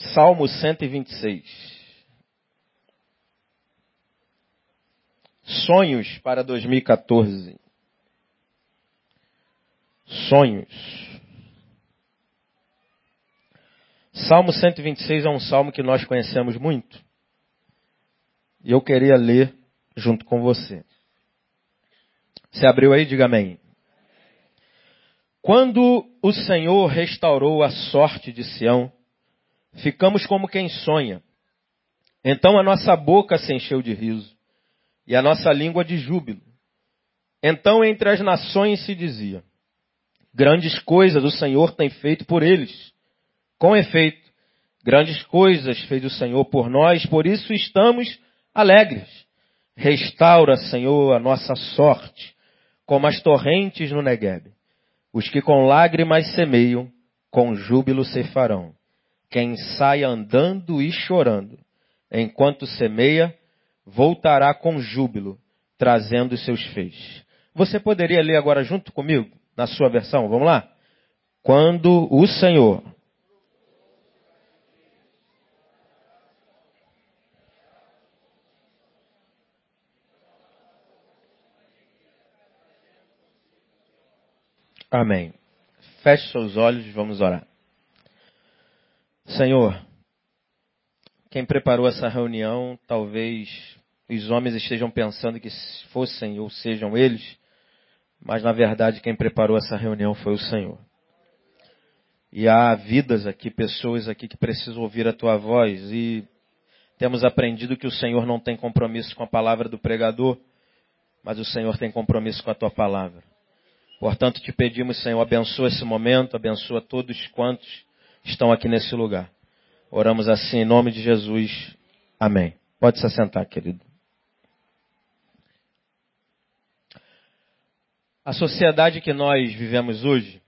Salmo 126. Sonhos para 2014. Sonhos. Salmo 126 é um salmo que nós conhecemos muito. E eu queria ler junto com você. Você abriu aí? Diga amém. Quando o Senhor restaurou a sorte de Sião, ficamos como quem sonha. Então a nossa boca se encheu de riso e a nossa língua de júbilo. Então entre as nações se dizia: grandes coisas o Senhor tem feito por eles. Com efeito, grandes coisas fez o Senhor por nós, por isso estamos alegres. Restaura, Senhor, a nossa sorte, como as torrentes no Neguebe. Os que com lágrimas semeiam, com júbilo ceifarão. Quem sai andando e chorando, enquanto semeia, voltará com júbilo, trazendo os seus feixes. Você poderia ler agora junto comigo, na sua versão? Vamos lá? Quando o Senhor... Amém. Feche seus olhos e vamos orar. Senhor, quem preparou essa reunião, talvez os homens estejam pensando que fossem ou sejam eles, mas na verdade quem preparou essa reunião foi o Senhor. E há vidas aqui, pessoas aqui que precisam ouvir a tua voz e temos aprendido que o Senhor não tem compromisso com a palavra do pregador, mas o Senhor tem compromisso com a tua palavra. Portanto, te pedimos, Senhor, abençoa esse momento, abençoa todos quantos estão aqui nesse lugar. Oramos assim em nome de Jesus. Amém. Pode se assentar, querido. A sociedade que nós vivemos hoje,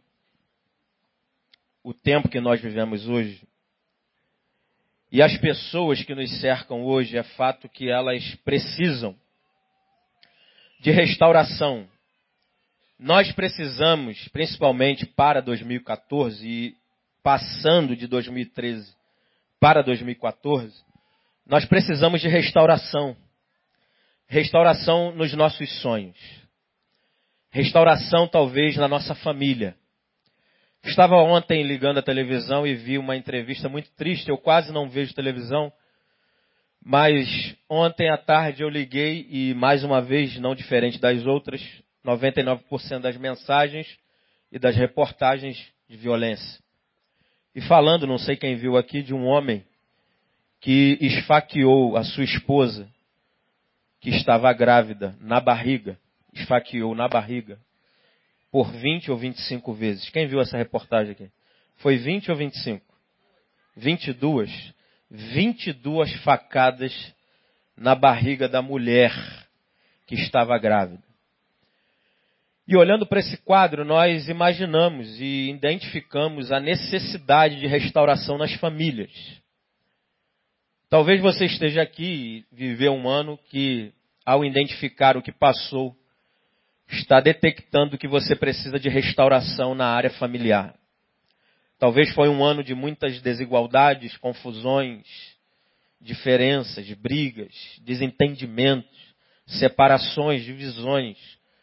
o tempo que nós vivemos hoje, e as pessoas que nos cercam hoje, é fato que elas precisam de restauração. Nós precisamos, principalmente para 2014 e passando de 2013 para 2014, nós precisamos de restauração. Restauração nos nossos sonhos. Restauração talvez na nossa família. Estava ontem ligando a televisão e vi uma entrevista muito triste. Eu quase não vejo televisão, mas ontem à tarde eu liguei e mais uma vez, não diferente das outras, 99% das mensagens e das reportagens de violência. E falando, não sei quem viu aqui, de um homem que esfaqueou a sua esposa, que estava grávida, na barriga. Esfaqueou na barriga. Por 20 ou 25 vezes. Quem viu essa reportagem aqui? Foi 20 ou 25? 22. 22 facadas na barriga da mulher que estava grávida. E olhando para esse quadro, nós imaginamos e identificamos a necessidade de restauração nas famílias. Talvez você esteja aqui e viveu um ano que, ao identificar o que passou, está detectando que você precisa de restauração na área familiar. Talvez foi um ano de muitas desigualdades, confusões, diferenças, brigas, desentendimentos, separações, divisões.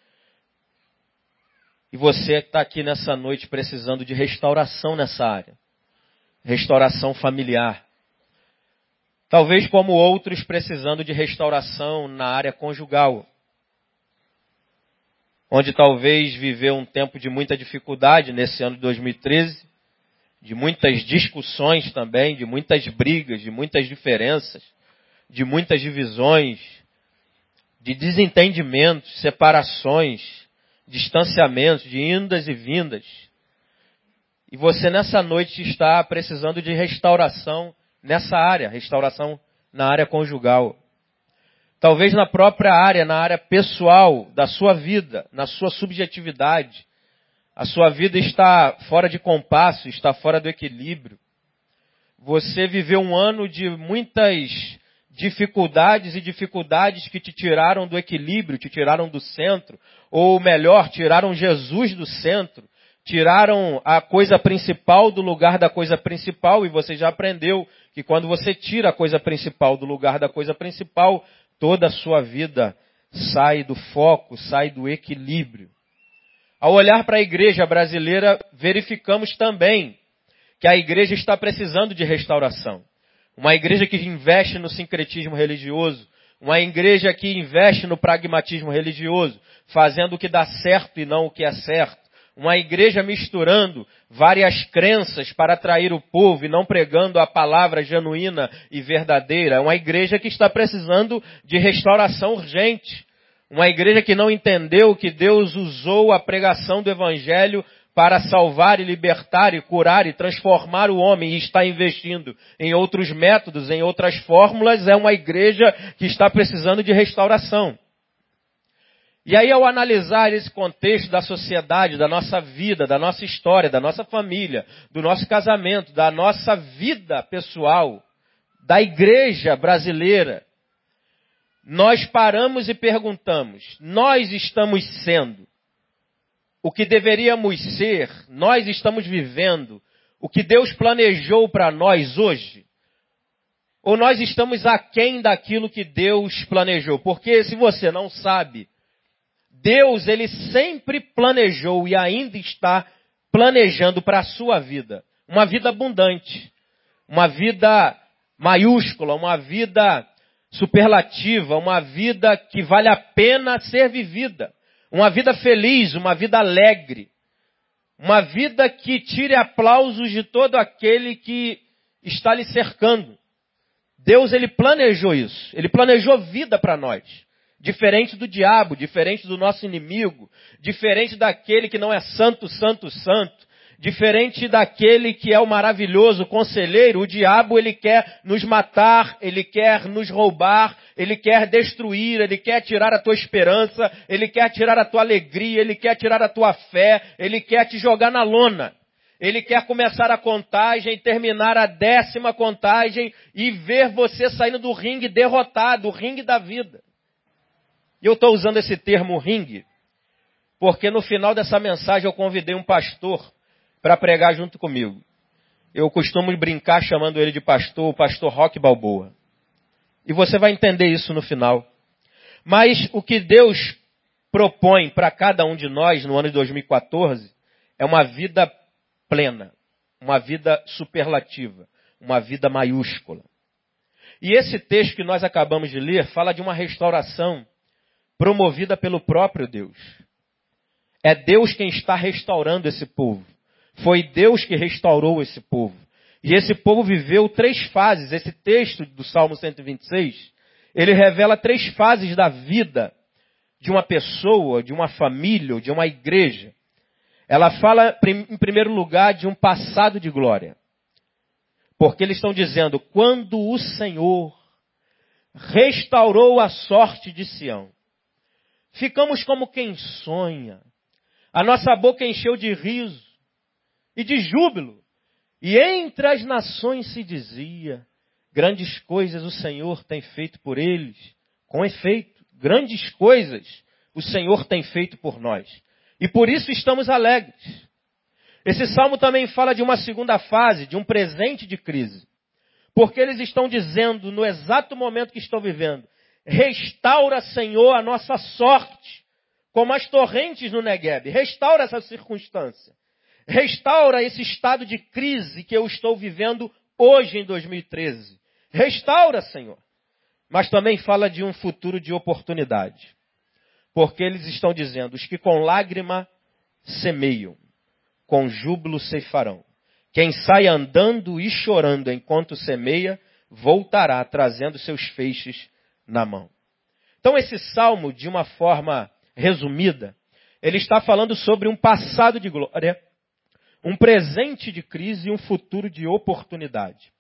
E você está aqui nessa noite precisando de restauração nessa área. Restauração familiar. Talvez como outros precisando de restauração na área conjugal. Onde talvez viveu um tempo de muita dificuldade nesse ano de 2013. De muitas discussões também, de muitas brigas, de muitas diferenças. De muitas divisões. De desentendimentos, separações. Distanciamentos, de indas e vindas. E você nessa noite está precisando de restauração nessa área, restauração na área conjugal. Talvez na própria área, na área pessoal da sua vida, na sua subjetividade. A sua vida está fora de compasso, está fora do equilíbrio. Você viveu um ano de muitas dificuldades que te tiraram do equilíbrio, te tiraram do centro, ou melhor, tiraram Jesus do centro, Tiraram a coisa principal do lugar da coisa principal, e você já aprendeu que quando você tira a coisa principal do lugar da coisa principal, toda a sua vida sai do foco, sai do equilíbrio. Ao olhar para a igreja brasileira, verificamos também que a igreja está precisando de restauração. Uma igreja que investe no sincretismo religioso, uma igreja que investe no pragmatismo religioso, fazendo o que dá certo e não o que é certo. Uma igreja misturando várias crenças para atrair o povo e não pregando a palavra genuína e verdadeira. Uma igreja que está precisando de restauração urgente. Uma igreja que não entendeu que Deus usou a pregação do Evangelho para salvar e libertar e curar e transformar o homem e está investindo em outros métodos, em outras fórmulas. É uma igreja que está precisando de restauração. E aí, ao analisar esse contexto da sociedade, da nossa vida, da nossa história, da nossa família, do nosso casamento, da nossa vida pessoal, da igreja brasileira, nós paramos e perguntamos, nós estamos sendo o que deveríamos ser, nós estamos vivendo o que Deus planejou para nós hoje? Ou nós estamos aquém daquilo que Deus planejou? Porque se você não sabe, Deus, Ele sempre planejou e ainda está planejando para a sua vida. Uma vida abundante, uma vida maiúscula, uma vida superlativa, uma vida que vale a pena ser vivida. Uma vida feliz, uma vida alegre. Uma vida que tire aplausos de todo aquele que está lhe cercando. Deus, Ele planejou isso. Ele planejou vida para nós. Diferente do diabo, diferente do nosso inimigo, diferente daquele que não é santo, santo, santo, diferente daquele que é o maravilhoso conselheiro. O diabo, ele quer nos matar, ele quer nos roubar, ele quer destruir, ele quer tirar a tua esperança, ele quer tirar a tua alegria, ele quer tirar a tua fé, ele quer te jogar na lona. Ele quer começar a contagem, terminar a 10ª contagem e ver você saindo do ringue derrotado, o ringue da vida. E eu estou usando esse termo ringue, porque no final dessa mensagem eu convidei um pastor para pregar junto comigo. Eu costumo brincar chamando ele de pastor, o pastor Roque Balboa. E você vai entender isso no final. Mas o que Deus propõe para cada um de nós no ano de 2014 é uma vida plena, uma vida superlativa, uma vida maiúscula. E esse texto que nós acabamos de ler fala de uma restauração promovida pelo próprio Deus. É Deus quem está restaurando esse povo. Foi Deus que restaurou esse povo. E esse povo viveu 3 fases. Esse texto do Salmo 126, ele revela 3 fases da vida de uma pessoa, de uma família, de uma igreja. Ela fala, em primeiro lugar, de um passado de glória. Porque eles estão dizendo, quando o Senhor restaurou a sorte de Sião, ficamos como quem sonha. A nossa boca encheu de riso e de júbilo. E entre as nações se dizia, grandes coisas o Senhor tem feito por eles. Com efeito, grandes coisas o Senhor tem feito por nós. E por isso estamos alegres. Esse salmo também fala de uma segunda fase, de um presente de crise. Porque eles estão dizendo, no exato momento que estão vivendo, restaura, Senhor, a nossa sorte, como as torrentes no Negueb. Restaura essa circunstância. Restaura esse estado de crise que eu estou vivendo hoje em 2013. Restaura, Senhor. Mas também fala de um futuro de oportunidade. Porque eles estão dizendo, os que com lágrima semeiam, com júbilo ceifarão. Quem sai andando e chorando enquanto semeia, voltará trazendo seus feixes na mão. Então esse salmo, de uma forma resumida, ele está falando sobre um passado de glória, um presente de crise e um futuro de oportunidade.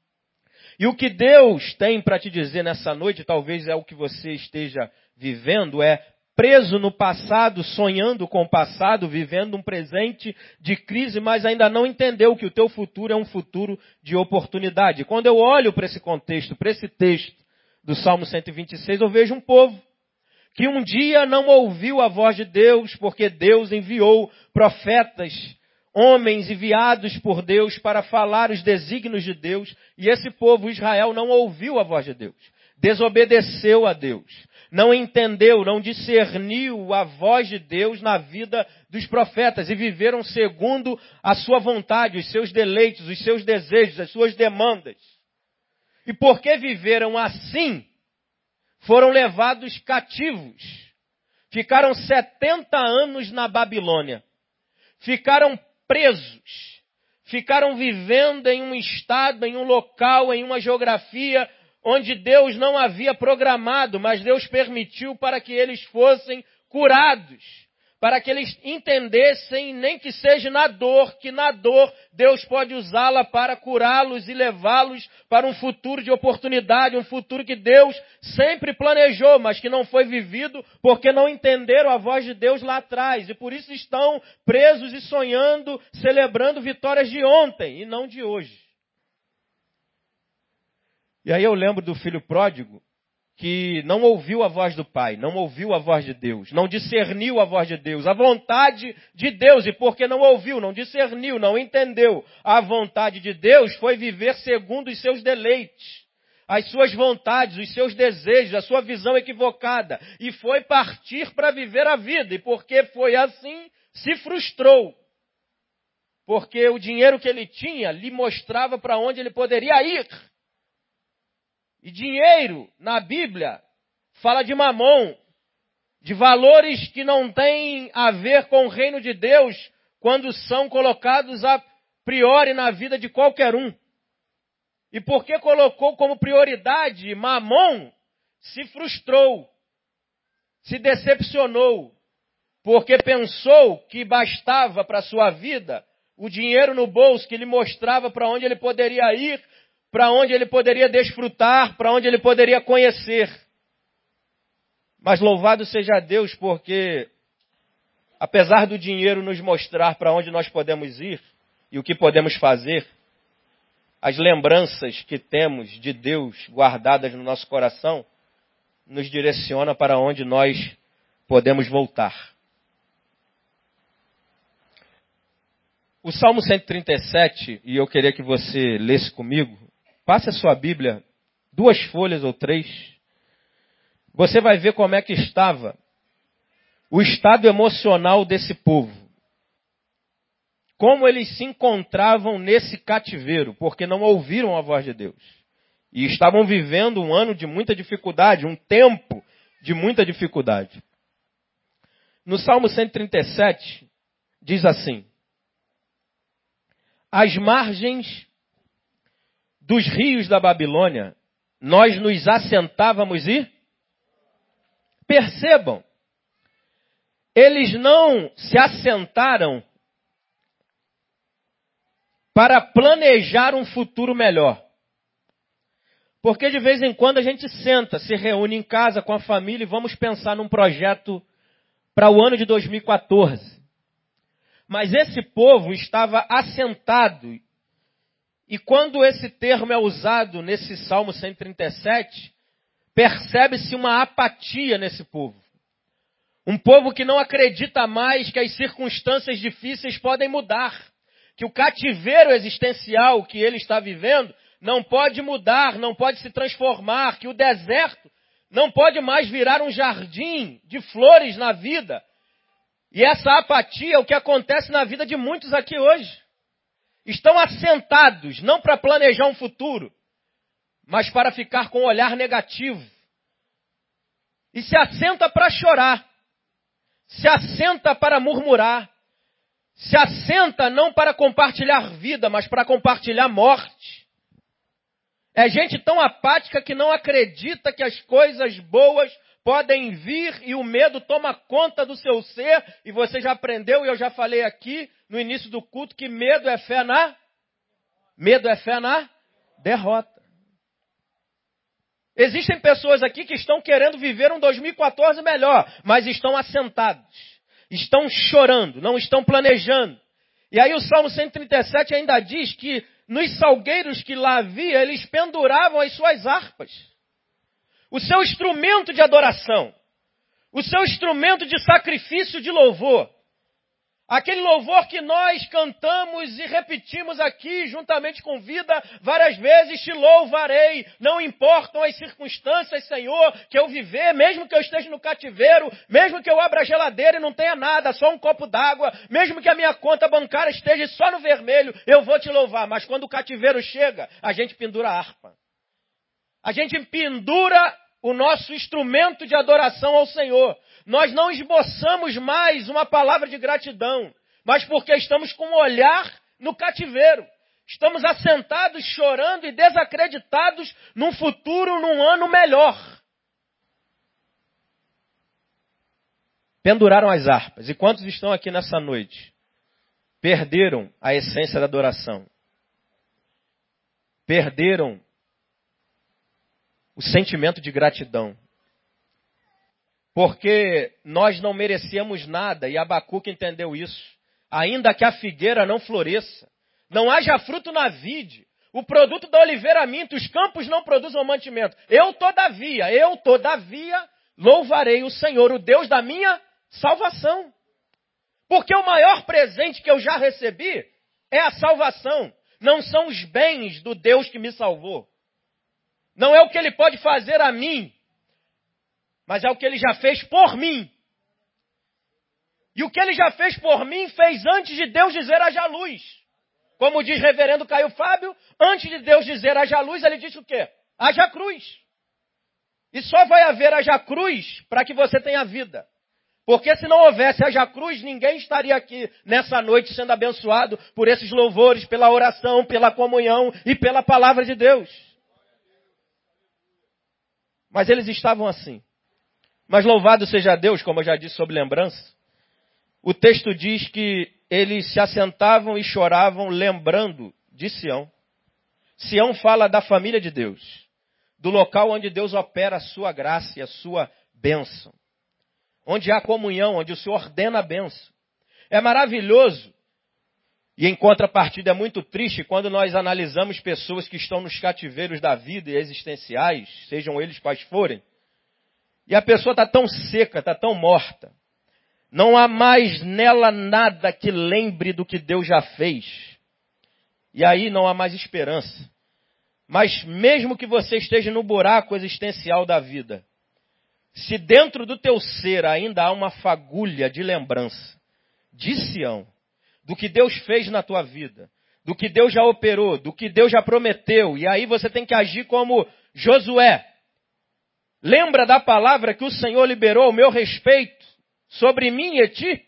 E o que Deus tem para te dizer nessa noite, talvez é o que você esteja vivendo, é preso no passado, sonhando com o passado, vivendo um presente de crise, mas ainda não entendeu que o teu futuro é um futuro de oportunidade. Quando eu olho para esse contexto, para esse texto do Salmo 126, eu vejo um povo que um dia não ouviu a voz de Deus, porque Deus enviou profetas homens enviados por Deus para falar os desígnios de Deus, e esse povo, Israel, não ouviu a voz de Deus, desobedeceu a Deus, não entendeu, não discerniu a voz de Deus na vida dos profetas e viveram segundo a sua vontade, os seus deleites, os seus desejos, as suas demandas. E porque viveram assim, foram levados cativos. Ficaram 70 anos na Babilônia. Ficaram presos. Ficaram vivendo em um estado, em um local, em uma geografia onde Deus não havia programado, mas Deus permitiu para que eles fossem curados, para que eles entendessem, nem que seja na dor, que na dor Deus pode usá-la para curá-los e levá-los para um futuro de oportunidade, um futuro que Deus sempre planejou, mas que não foi vivido porque não entenderam a voz de Deus lá atrás. E por isso estão presos e sonhando, celebrando vitórias de ontem e não de hoje. E aí eu lembro do filho pródigo que não ouviu a voz do Pai, não ouviu a voz de Deus, não discerniu a voz de Deus, a vontade de Deus, e porque não ouviu, não discerniu, não entendeu a vontade de Deus, foi viver segundo os seus deleites, as suas vontades, os seus desejos, a sua visão equivocada, e foi partir para viver a vida, e porque foi assim, se frustrou. Porque o dinheiro que ele tinha lhe mostrava para onde ele poderia ir. E dinheiro, na Bíblia, fala de mamon, de valores que não têm a ver com o reino de Deus, quando são colocados a priori na vida de qualquer um. E porque colocou como prioridade mamon, se frustrou, se decepcionou, porque pensou que bastava para a sua vida o dinheiro no bolso que lhe mostrava para onde ele poderia ir, para onde ele poderia desfrutar, para onde ele poderia conhecer. Mas louvado seja Deus, porque apesar do dinheiro nos mostrar para onde nós podemos ir e o que podemos fazer, as lembranças que temos de Deus guardadas no nosso coração nos direciona para onde nós podemos voltar. O Salmo 137, e eu queria que você lesse comigo, passe a sua Bíblia, 2 folhas ou 3. Você vai ver como é que estava o estado emocional desse povo. Como eles se encontravam nesse cativeiro, porque não ouviram a voz de Deus. E estavam vivendo um ano de muita dificuldade, um tempo de muita dificuldade. No Salmo 137, diz assim: às margens dos rios da Babilônia, nós nos assentávamos e... Percebam, eles não se assentaram para planejar um futuro melhor. Porque de vez em quando a gente senta, se reúne em casa com a família e vamos pensar num projeto para o ano de 2014. Mas esse povo estava assentado. E quando esse termo é usado nesse Salmo 137, percebe-se uma apatia nesse povo. Um povo que não acredita mais que as circunstâncias difíceis podem mudar. Que o cativeiro existencial que ele está vivendo não pode mudar, não pode se transformar. Que o deserto não pode mais virar um jardim de flores na vida. E essa apatia é o que acontece na vida de muitos aqui hoje. Estão assentados, não para planejar um futuro, mas para ficar com um olhar negativo. E se assenta para chorar, se assenta para murmurar, se assenta não para compartilhar vida, mas para compartilhar morte. É gente tão apática que não acredita que as coisas boas podem vir e o medo toma conta do seu ser. E você já aprendeu, e eu já falei aqui no início do culto, que medo é fé na derrota. Existem pessoas aqui que estão querendo viver um 2014 melhor, mas estão assentados, estão chorando, não estão planejando. E aí o Salmo 137 ainda diz que nos salgueiros que lá havia, eles penduravam as suas harpas. O seu instrumento de adoração, o seu instrumento de sacrifício de louvor. Aquele louvor que nós cantamos e repetimos aqui, juntamente com vida, várias vezes, te louvarei. Não importam as circunstâncias, Senhor, que eu viver, mesmo que eu esteja no cativeiro, mesmo que eu abra a geladeira e não tenha nada, só um copo d'água, mesmo que a minha conta bancária esteja só no vermelho, eu vou te louvar. Mas quando o cativeiro chega, a gente pendura a harpa. A gente pendura o nosso instrumento de adoração ao Senhor. Nós não esboçamos mais uma palavra de gratidão, mas porque estamos com um olhar no cativeiro. Estamos assentados, chorando e desacreditados num futuro, num ano melhor. Penduraram as harpas. E quantos estão aqui nessa noite? Perderam a essência da adoração. Perderam o sentimento de gratidão. Porque nós não merecíamos nada, e Abacuque entendeu isso. Ainda que a figueira não floresça, não haja fruto na vide, o produto da oliveira minta, os campos não produzam mantimento. Eu todavia, louvarei o Senhor, o Deus da minha salvação. Porque o maior presente que eu já recebi é a salvação. Não são os bens do Deus que me salvou. Não é o que Ele pode fazer a mim, mas é o que Ele já fez por mim. E o que Ele já fez por mim, fez antes de Deus dizer haja luz. Como diz reverendo Caio Fábio, antes de Deus dizer haja luz, Ele disse o quê? Haja cruz. E só vai haver haja cruz para que você tenha vida. Porque se não houvesse haja cruz, ninguém estaria aqui nessa noite sendo abençoado por esses louvores, pela oração, pela comunhão e pela palavra de Deus. Mas eles estavam assim. Mas louvado seja Deus, como eu já disse sobre lembrança. O texto diz que eles se assentavam e choravam lembrando de Sião. Sião fala da família de Deus. Do local onde Deus opera a sua graça e a sua bênção. Onde há comunhão, onde o Senhor ordena a bênção. É maravilhoso. E em contrapartida é muito triste quando nós analisamos pessoas que estão nos cativeiros da vida e existenciais, sejam eles quais forem. E a pessoa está tão seca, está tão morta. Não há mais nela nada que lembre do que Deus já fez. E aí não há mais esperança. Mas mesmo que você esteja no buraco existencial da vida, se dentro do teu ser ainda há uma fagulha de lembrança de Sião, do que Deus fez na tua vida, do que Deus já operou, do que Deus já prometeu, e aí você tem que agir como Josué. Lembra da palavra que o Senhor liberou ao meu respeito sobre mim e ti?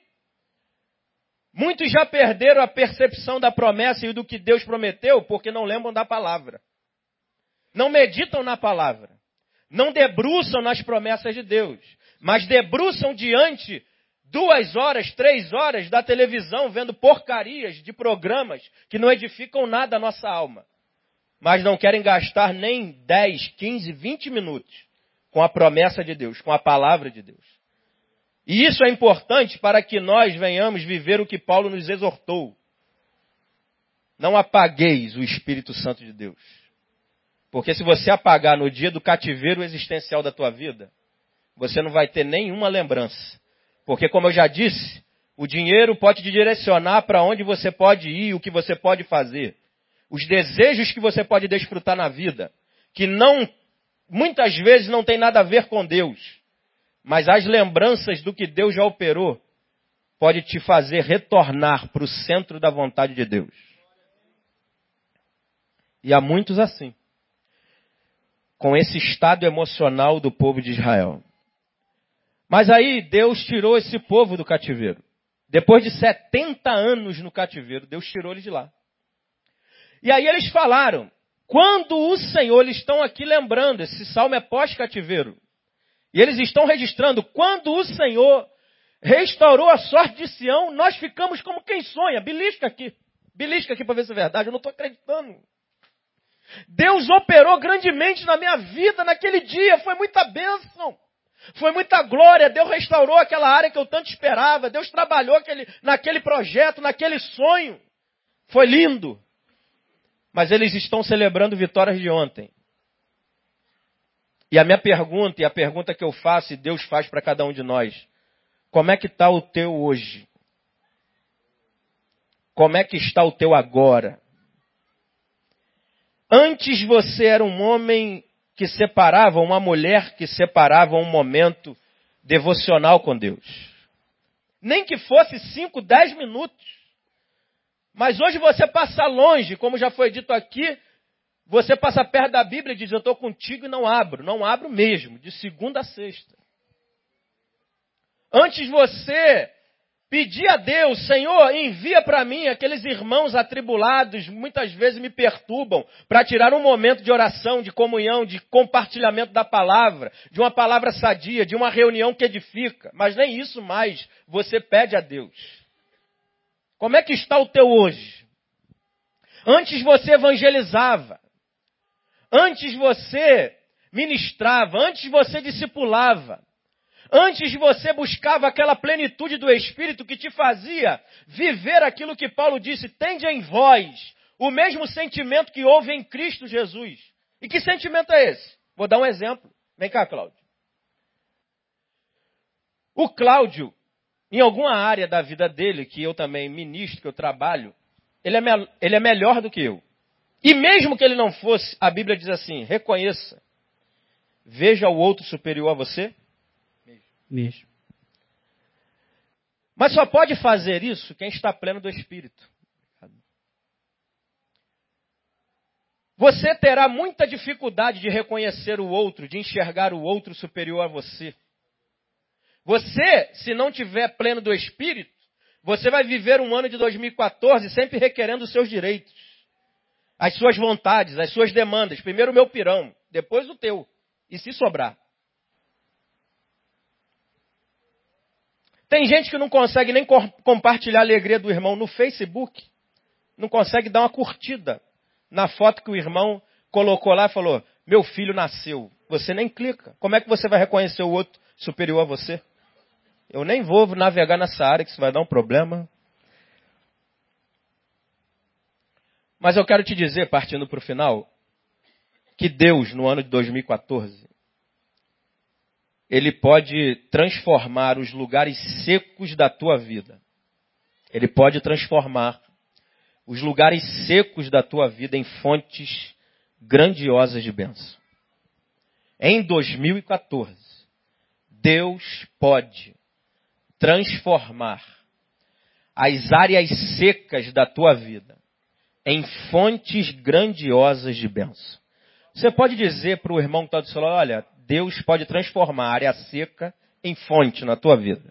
Muitos já perderam a percepção da promessa e do que Deus prometeu porque não lembram da palavra. Não meditam na palavra. Não debruçam nas promessas de Deus. Mas debruçam diante 2 horas, 3 horas da televisão vendo porcarias de programas que não edificam nada a nossa alma. Mas não querem gastar nem 10, 15, 20 minutos com a promessa de Deus, com a palavra de Deus. E isso é importante para que nós venhamos viver o que Paulo nos exortou. Não apagueis o Espírito Santo de Deus. Porque se você apagar no dia do cativeiro existencial da tua vida, você não vai ter nenhuma lembrança. Porque, como eu já disse, o dinheiro pode te direcionar para onde você pode ir, o que você pode fazer. Os desejos que você pode desfrutar na vida, que muitas vezes não tem nada a ver com Deus. Mas as lembranças do que Deus já operou, pode te fazer retornar para o centro da vontade de Deus. E há muitos assim, com esse estado emocional do povo de Israel. Mas aí Deus tirou esse povo do cativeiro. Depois de 70 anos no cativeiro, Deus tirou eles de lá. E aí eles falaram, quando o Senhor, eles estão aqui lembrando, esse salmo é pós-cativeiro. E eles estão registrando, quando o Senhor restaurou a sorte de Sião, nós ficamos como quem sonha. Belisca aqui para ver se é verdade, eu não estou acreditando. Deus operou grandemente na minha vida naquele dia, foi muita bênção. Foi muita glória, Deus restaurou aquela área que eu tanto esperava. Deus trabalhou naquele projeto, naquele sonho. Foi lindo. Mas eles estão celebrando vitórias de ontem. E a minha pergunta, e a pergunta que eu faço, e Deus faz para cada um de nós. Como é que está o teu hoje? Como é que está o teu agora? Antes você era um homem que separava, uma mulher que separava um momento devocional com Deus. Nem que fosse 5, 10 minutos. Mas hoje você passa longe, como já foi dito aqui, você passa perto da Bíblia e diz, eu estou contigo e não abro mesmo, de segunda a sexta. Antes você pedir a Deus, Senhor, envia para mim aqueles irmãos atribulados, muitas vezes me perturbam, para tirar um momento de oração, de comunhão, de compartilhamento da palavra, de uma palavra sadia, de uma reunião que edifica. Mas nem isso mais você pede a Deus. Como é que está o teu hoje? Antes você evangelizava, antes você ministrava, antes você discipulava, antes você buscava aquela plenitude do Espírito que te fazia viver aquilo que Paulo disse, tende em vós o mesmo sentimento que houve em Cristo Jesus. E que sentimento é esse? Vou dar um exemplo. Vem cá, Cláudio. O Cláudio, em alguma área da vida dele, que eu também ministro, que eu trabalho, ele é melhor do que eu. E mesmo que ele não fosse, a Bíblia diz assim, reconheça, veja o outro superior a você. Mesmo. Mas só pode fazer isso quem está pleno do Espírito. Você terá muita dificuldade de reconhecer o outro, de enxergar o outro superior a você. Você, se não tiver pleno do Espírito, você vai viver um ano de 2014 sempre requerendo os seus direitos, as suas vontades, as suas demandas. Primeiro o meu pirão, depois o teu, e se sobrar. Tem gente que não consegue nem compartilhar a alegria do irmão no Facebook, não consegue dar uma curtida na foto que o irmão colocou lá e falou, meu filho nasceu. Você nem clica. Como é que você vai reconhecer o outro superior a você? Eu nem vou navegar nessa área, que isso vai dar um problema. Mas eu quero te dizer, partindo para o final, que Deus, no ano de 2014, Ele pode transformar os lugares secos da tua vida. Ele pode transformar os lugares secos da tua vida em fontes grandiosas de bênção. Em 2014, Deus pode transformar as áreas secas da tua vida em fontes grandiosas de bênção. Você pode dizer para o irmão que está do seu lado, olha, Deus pode transformar a área seca em fonte na tua vida.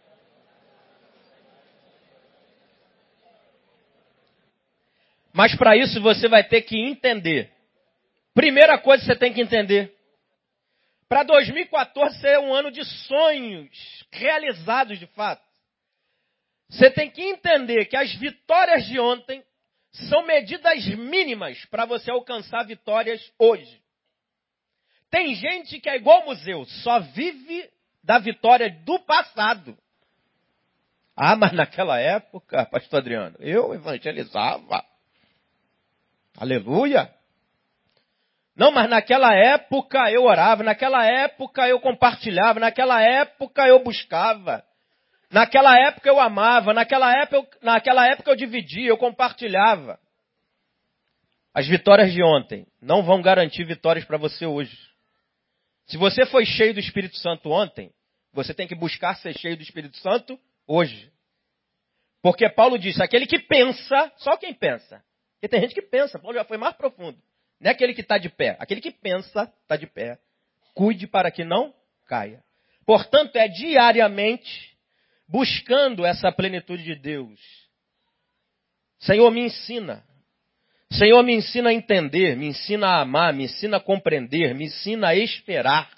Mas para isso você vai ter que entender. Primeira coisa que você tem que entender. Para 2014 ser um ano de sonhos realizados de fato. Você tem que entender que as vitórias de ontem são medidas mínimas para você alcançar vitórias hoje. Tem gente que é igual ao museu, só vive da vitória do passado. Ah, mas naquela época, pastor Adriano, eu evangelizava. Aleluia. Não, mas naquela época eu orava, naquela época eu compartilhava, naquela época eu buscava. Naquela época eu amava, naquela época eu dividia, eu compartilhava. As vitórias de ontem não vão garantir vitórias para você hoje. Se você foi cheio do Espírito Santo ontem, você tem que buscar ser cheio do Espírito Santo hoje. Porque Paulo disse, aquele que pensa, só quem pensa. Porque tem gente que pensa, Paulo já foi mais profundo. Não é aquele que está de pé, aquele que pensa está de pé. Cuide para que não caia. Portanto, é diariamente buscando essa plenitude de Deus. Senhor, me ensina. Senhor, me ensina a entender, me ensina a amar, me ensina a compreender, me ensina a esperar.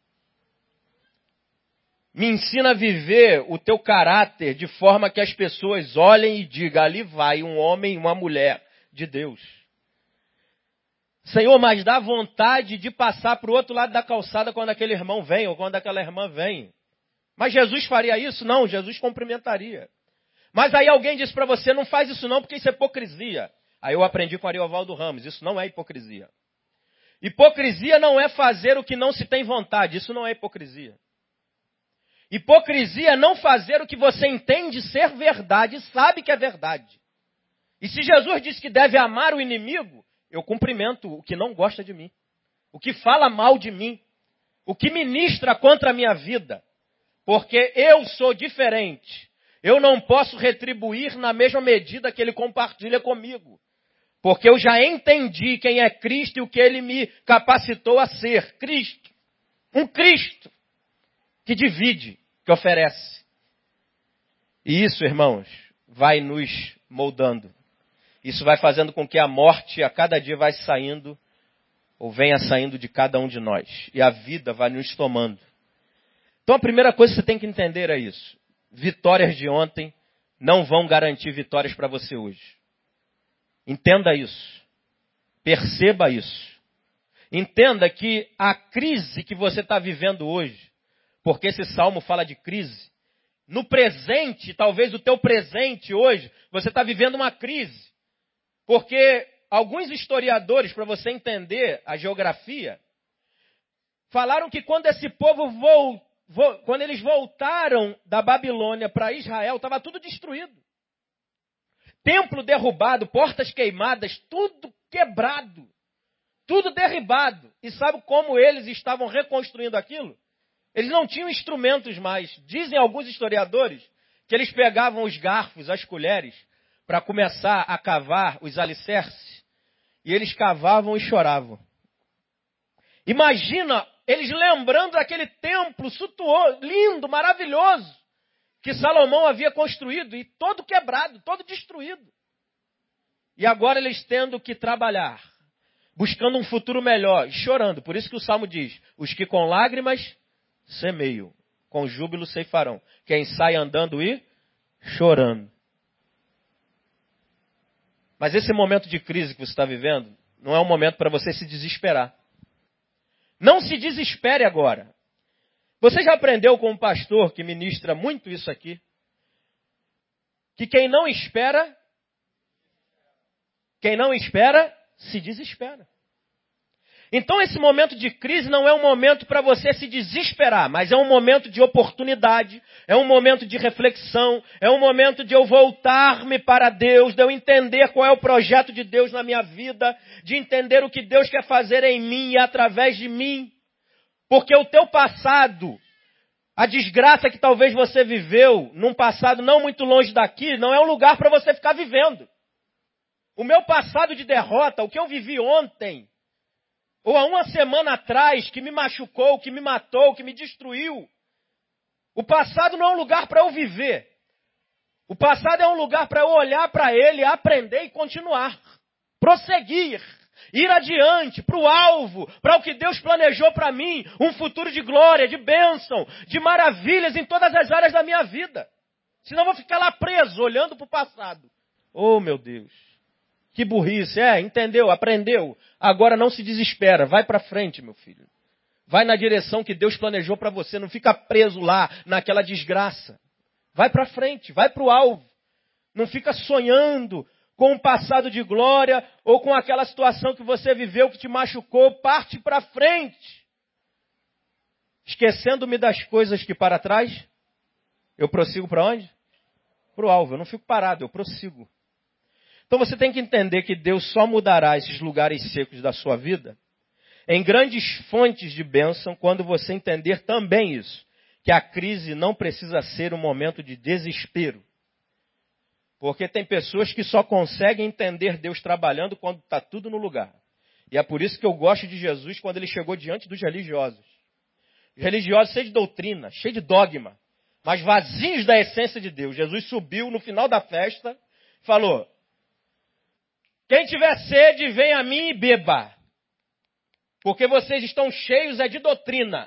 Me ensina a viver o teu caráter de forma que as pessoas olhem e digam, ali vai um homem e uma mulher de Deus. Senhor, mas dá vontade de passar para o outro lado da calçada quando aquele irmão vem ou quando aquela irmã vem. Mas Jesus faria isso? Não, Jesus cumprimentaria. Mas aí alguém disse para você, não faz isso não porque isso é hipocrisia. Aí eu aprendi com Ariovaldo Ramos, isso não é hipocrisia. Hipocrisia não é fazer o que não se tem vontade, isso não é hipocrisia. Hipocrisia é não fazer o que você entende ser verdade e sabe que é verdade. E se Jesus disse que deve amar o inimigo, eu cumprimento o que não gosta de mim, o que fala mal de mim, o que ministra contra a minha vida, porque eu sou diferente. Eu não posso retribuir na mesma medida que ele compartilha comigo, porque eu já entendi quem é Cristo e o que ele me capacitou a ser. Cristo. Um Cristo que divide, que oferece. E isso, irmãos, vai nos moldando. Isso vai fazendo com que a morte a cada dia vai saindo, ou venha saindo de cada um de nós. E a vida vai nos tomando. Então a primeira coisa que você tem que entender é isso. Vitórias de ontem não vão garantir vitórias para você hoje. Entenda isso. Perceba isso. Entenda que a crise que você está vivendo hoje, porque esse salmo fala de crise, no presente, talvez o teu presente hoje, você está vivendo uma crise. Porque alguns historiadores, para você entender a geografia, falaram que quando esse povo quando eles voltaram da Babilônia para Israel, estava tudo destruído. Templo derrubado, portas queimadas, tudo quebrado, tudo derribado. E sabe como eles estavam reconstruindo aquilo? Eles não tinham instrumentos mais. Dizem alguns historiadores que eles pegavam os garfos, as colheres, para começar a cavar os alicerces, e eles cavavam e choravam. Imagina eles lembrando daquele templo suntuoso, lindo, maravilhoso, que Salomão havia construído, e todo quebrado, todo destruído. E agora eles tendo que trabalhar, buscando um futuro melhor, e chorando. Por isso que o Salmo diz, os que com lágrimas semeiam, com júbilo ceifarão. Quem sai andando e chorando. Mas esse momento de crise que você está vivendo, não é um momento para você se desesperar. Não se desespere agora. Você já aprendeu com um pastor que ministra muito isso aqui? Que quem não espera, se desespera. Então esse momento de crise não é um momento para você se desesperar, mas é um momento de oportunidade, é um momento de reflexão, é um momento de eu voltar-me para Deus, de eu entender qual é o projeto de Deus na minha vida, de entender o que Deus quer fazer em mim e através de mim. Porque o teu passado, a desgraça que talvez você viveu num passado não muito longe daqui, não é um lugar para você ficar vivendo. O meu passado de derrota, o que eu vivi ontem, ou há uma semana atrás, que me machucou, que me matou, que me destruiu. O passado não é um lugar para eu viver. O passado é um lugar para eu olhar para ele, aprender e continuar. Prosseguir. Ir adiante, para o alvo, para o que Deus planejou para mim. Um futuro de glória, de bênção, de maravilhas em todas as áreas da minha vida. Senão eu vou ficar lá preso, olhando para o passado. Oh, meu Deus. Que burrice, entendeu, aprendeu. Agora não se desespera, vai para frente, meu filho. Vai na direção que Deus planejou para você, não fica preso lá naquela desgraça. Vai para frente, vai para o alvo. Não fica sonhando com um passado de glória ou com aquela situação que você viveu que te machucou, parte para frente. Esquecendo-me das coisas que para trás, eu prossigo para onde? Para o alvo, eu não fico parado, eu prossigo. Então você tem que entender que Deus só mudará esses lugares secos da sua vida em grandes fontes de bênção quando você entender também isso, que a crise não precisa ser um momento de desespero. Porque tem pessoas que só conseguem entender Deus trabalhando quando está tudo no lugar. E é por isso que eu gosto de Jesus quando ele chegou diante dos religiosos. Os religiosos cheios de doutrina, cheios de dogma, mas vazios da essência de Deus. Jesus subiu no final da festa e falou: quem tiver sede, venha a mim e beba. Porque vocês estão cheios de doutrina.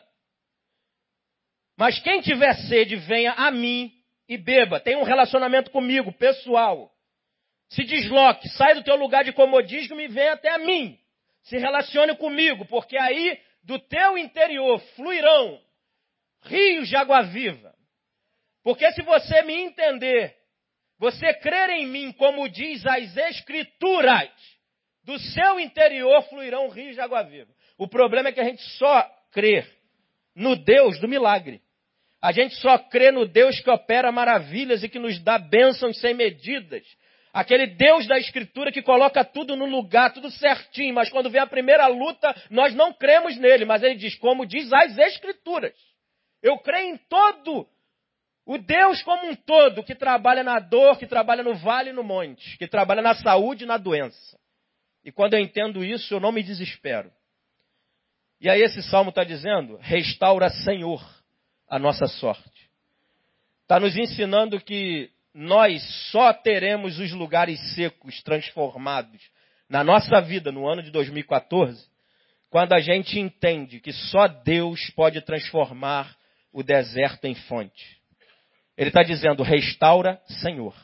Mas quem tiver sede, venha a mim e beba. Tenha um relacionamento comigo, pessoal. Se desloque, sai do teu lugar de comodismo e venha até a mim. Se relacione comigo, porque aí do teu interior fluirão rios de água viva. Porque se você me entender, você crer em mim, como diz as Escrituras, do seu interior fluirão rios de água viva. O problema é que a gente só crê no Deus do milagre. A gente só crê no Deus que opera maravilhas e que nos dá bênçãos sem medidas. Aquele Deus da Escritura que coloca tudo no lugar, tudo certinho, mas quando vem a primeira luta, nós não cremos nele. Mas ele diz, como diz as Escrituras. Eu creio em todo o Deus como um todo, que trabalha na dor, que trabalha no vale e no monte, que trabalha na saúde e na doença. E quando eu entendo isso, eu não me desespero. E aí esse salmo está dizendo, restaura, Senhor, a nossa sorte. Está nos ensinando que nós só teremos os lugares secos transformados na nossa vida no ano de 2014, quando a gente entende que só Deus pode transformar o deserto em fonte. Ele está dizendo, restaura, Senhor.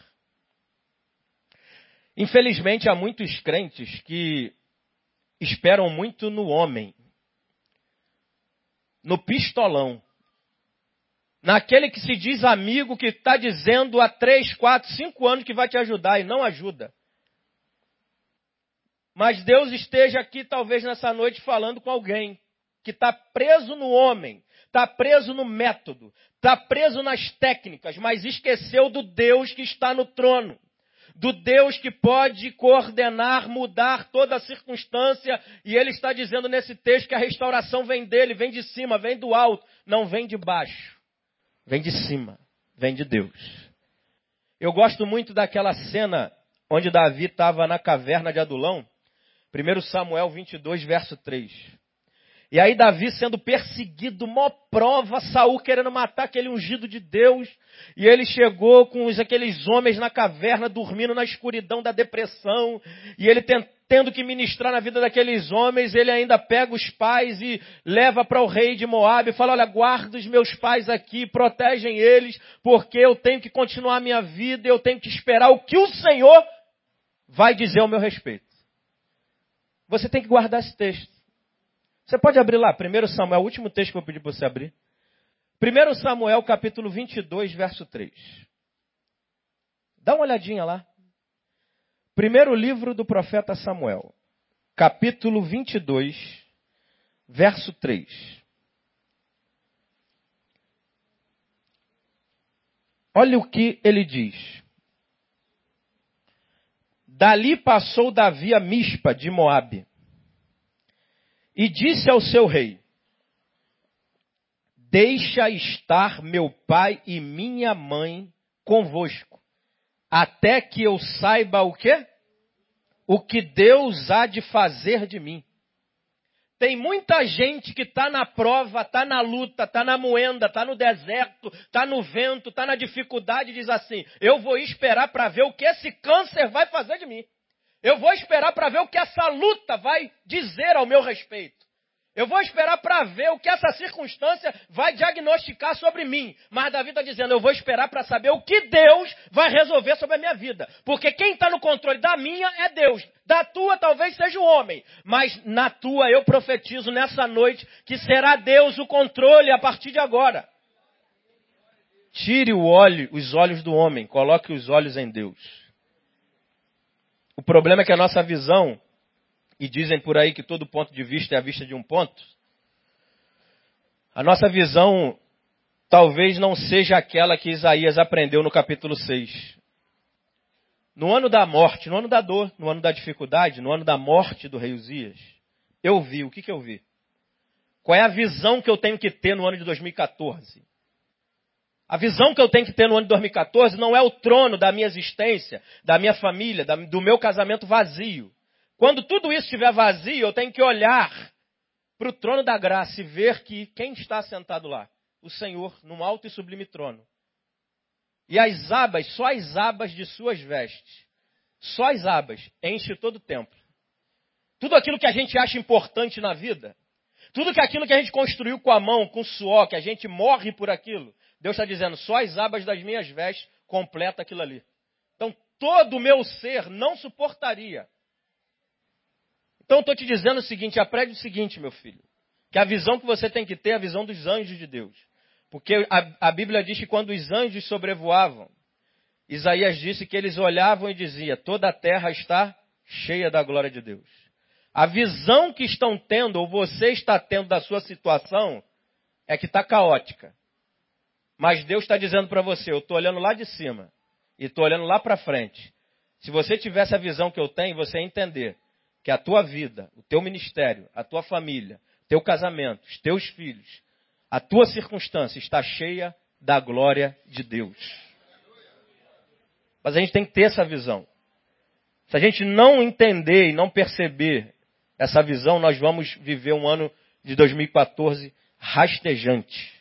Infelizmente, há muitos crentes que esperam muito no homem, no pistolão, naquele que se diz amigo, que está dizendo há 3, 4, 5 anos que vai te ajudar e não ajuda. Mas Deus esteja aqui talvez nessa noite falando com alguém que está preso no homem, está preso no método, está preso nas técnicas, mas esqueceu do Deus que está no trono. Do Deus que pode coordenar, mudar toda a circunstância. E ele está dizendo nesse texto que a restauração vem dele, vem de cima, vem do alto, não vem de baixo. Vem de cima, vem de Deus. Eu gosto muito daquela cena onde Davi estava na caverna de Adulão. 1 Samuel 22, verso 3. E aí Davi sendo perseguido, mó prova, Saul querendo matar aquele ungido de Deus. E ele chegou com aqueles homens na caverna, dormindo na escuridão da depressão. E ele tendo que ministrar na vida daqueles homens, ele ainda pega os pais e leva para o rei de Moabe e fala, olha, guarda os meus pais aqui, protegem eles, porque eu tenho que continuar a minha vida, eu tenho que esperar o que o Senhor vai dizer ao meu respeito. Você tem que guardar esse texto. Você pode abrir lá, 1 Samuel, o último texto que eu pedi para você abrir. 1 Samuel, capítulo 22, verso 3. Dá uma olhadinha lá. Primeiro livro do profeta Samuel, capítulo 22, verso 3. Olha o que ele diz. Dali passou Davi a Mispa de Moabe. E disse ao seu rei, deixa estar meu pai e minha mãe convosco, até que eu saiba o quê? O que Deus há de fazer de mim. Tem muita gente que está na prova, está na luta, está na moenda, está no deserto, está no vento, está na dificuldade e diz assim, eu vou esperar para ver o que esse câncer vai fazer de mim. Eu vou esperar para ver o que essa luta vai dizer ao meu respeito. Eu vou esperar para ver o que essa circunstância vai diagnosticar sobre mim. Mas Davi está dizendo, eu vou esperar para saber o que Deus vai resolver sobre a minha vida. Porque quem está no controle da minha é Deus. Da tua talvez seja o homem. Mas na tua eu profetizo nessa noite que será Deus o controle a partir de agora. Tire os olhos do homem, coloque os olhos em Deus. O problema é que a nossa visão, e dizem por aí que todo ponto de vista é a vista de um ponto, a nossa visão talvez não seja aquela que Isaías aprendeu no capítulo 6. No ano da morte, no ano da dor, no ano da dificuldade, no ano da morte do rei Uzias, eu vi, o que eu vi? Qual é a visão que eu tenho que ter no ano de 2014? A visão que eu tenho que ter no ano de 2014 não é o trono da minha existência, da minha família, do meu casamento vazio. Quando tudo isso estiver vazio, eu tenho que olhar para o trono da graça e ver que quem está sentado lá? O Senhor, num alto e sublime trono. E as abas, só as abas de suas vestes, só as abas, enche todo o templo. Tudo aquilo que a gente acha importante na vida, tudo aquilo que a gente construiu com a mão, com suor, que a gente morre por aquilo, Deus está dizendo, só as abas das minhas vestes completa aquilo ali. Então, todo o meu ser não suportaria. Então, eu estou te dizendo o seguinte, aprende o seguinte, meu filho, que a visão que você tem que ter é a visão dos anjos de Deus. Porque a Bíblia diz que quando os anjos sobrevoavam, Isaías disse que eles olhavam e diziam, toda a terra está cheia da glória de Deus. A visão que estão tendo, ou você está tendo da sua situação, é que está caótica. Mas Deus está dizendo para você, eu estou olhando lá de cima e estou olhando lá para frente. Se você tivesse a visão que eu tenho, você ia entender que a tua vida, o teu ministério, a tua família, teu casamento, os teus filhos, a tua circunstância está cheia da glória de Deus. Mas a gente tem que ter essa visão. Se a gente não entender e não perceber essa visão, nós vamos viver um ano de 2014 rastejante.